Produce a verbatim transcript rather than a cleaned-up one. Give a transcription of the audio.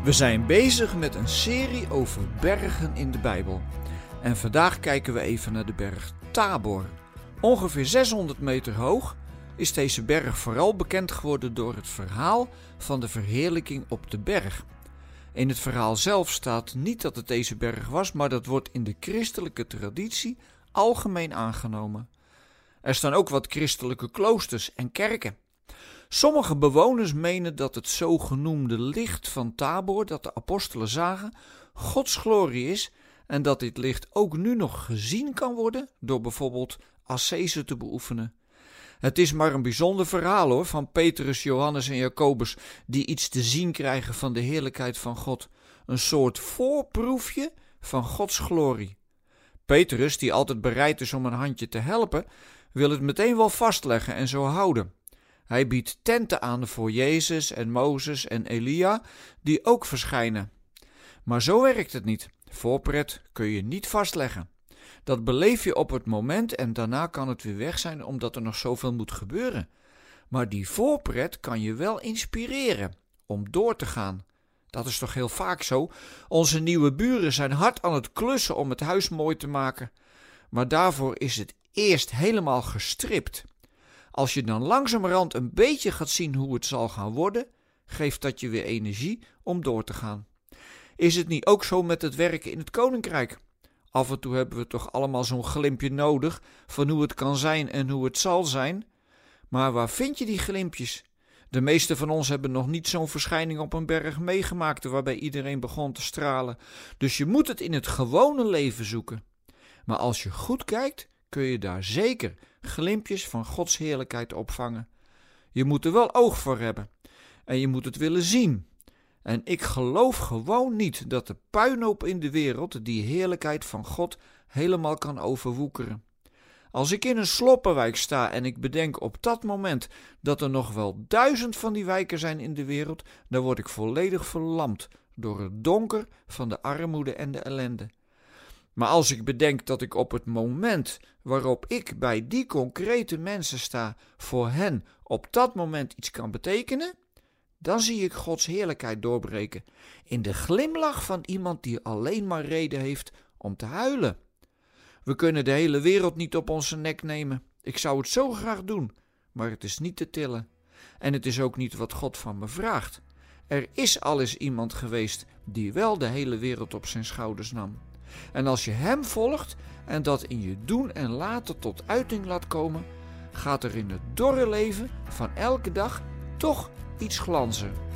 We zijn bezig met een serie over bergen in de Bijbel. En vandaag kijken we even naar de berg Tabor. Ongeveer zeshonderd meter hoog is deze berg vooral bekend geworden door het verhaal van de verheerlijking op de berg. In het verhaal zelf staat niet dat het deze berg was, maar dat wordt in de christelijke traditie algemeen aangenomen. Er staan ook wat christelijke kloosters en kerken. Sommige bewoners menen dat het zogenoemde licht van Tabor, dat de apostelen zagen, Gods glorie is en dat dit licht ook nu nog gezien kan worden door bijvoorbeeld ascese te beoefenen. Het is maar een bijzonder verhaal hoor, van Petrus, Johannes en Jacobus, die iets te zien krijgen van de heerlijkheid van God. Een soort voorproefje van Gods glorie. Petrus, die altijd bereid is om een handje te helpen, wil het meteen wel vastleggen en zo houden. Hij biedt tenten aan voor Jezus en Mozes en Elia, die ook verschijnen. Maar zo werkt het niet. Voorpret kun je niet vastleggen. Dat beleef je op het moment en daarna kan het weer weg zijn omdat er nog zoveel moet gebeuren. Maar die voorpret kan je wel inspireren om door te gaan. Dat is toch heel vaak zo? Onze nieuwe buren zijn hard aan het klussen om het huis mooi te maken. Maar daarvoor is het eerst helemaal gestript. Als je dan langzamerhand een beetje gaat zien hoe het zal gaan worden, geeft dat je weer energie om door te gaan. Is het niet ook zo met het werken in het koninkrijk? Af en toe hebben we toch allemaal zo'n glimpje nodig van hoe het kan zijn en hoe het zal zijn. Maar waar vind je die glimpjes? De meeste van ons hebben nog niet zo'n verschijning op een berg meegemaakt waarbij iedereen begon te stralen. Dus je moet het in het gewone leven zoeken. Maar als je goed kijkt, kun je daar zeker glimpjes van Gods heerlijkheid opvangen. Je moet er wel oog voor hebben en je moet het willen zien. En ik geloof gewoon niet dat de puinhoop in de wereld die heerlijkheid van God helemaal kan overwoekeren. Als ik in een sloppenwijk sta en ik bedenk op dat moment dat er nog wel duizend van die wijken zijn in de wereld, dan word ik volledig verlamd door het donker van de armoede en de ellende. Maar als ik bedenk dat ik op het moment waarop ik bij die concrete mensen sta, voor hen op dat moment iets kan betekenen, dan zie ik Gods heerlijkheid doorbreken in de glimlach van iemand die alleen maar reden heeft om te huilen. We kunnen de hele wereld niet op onze nek nemen. Ik zou het zo graag doen, maar het is niet te tillen. En het is ook niet wat God van me vraagt. Er is al eens iemand geweest die wel de hele wereld op zijn schouders nam. En als je hem volgt en dat in je doen en laten tot uiting laat komen, gaat er in het dorre leven van elke dag toch iets glanzen.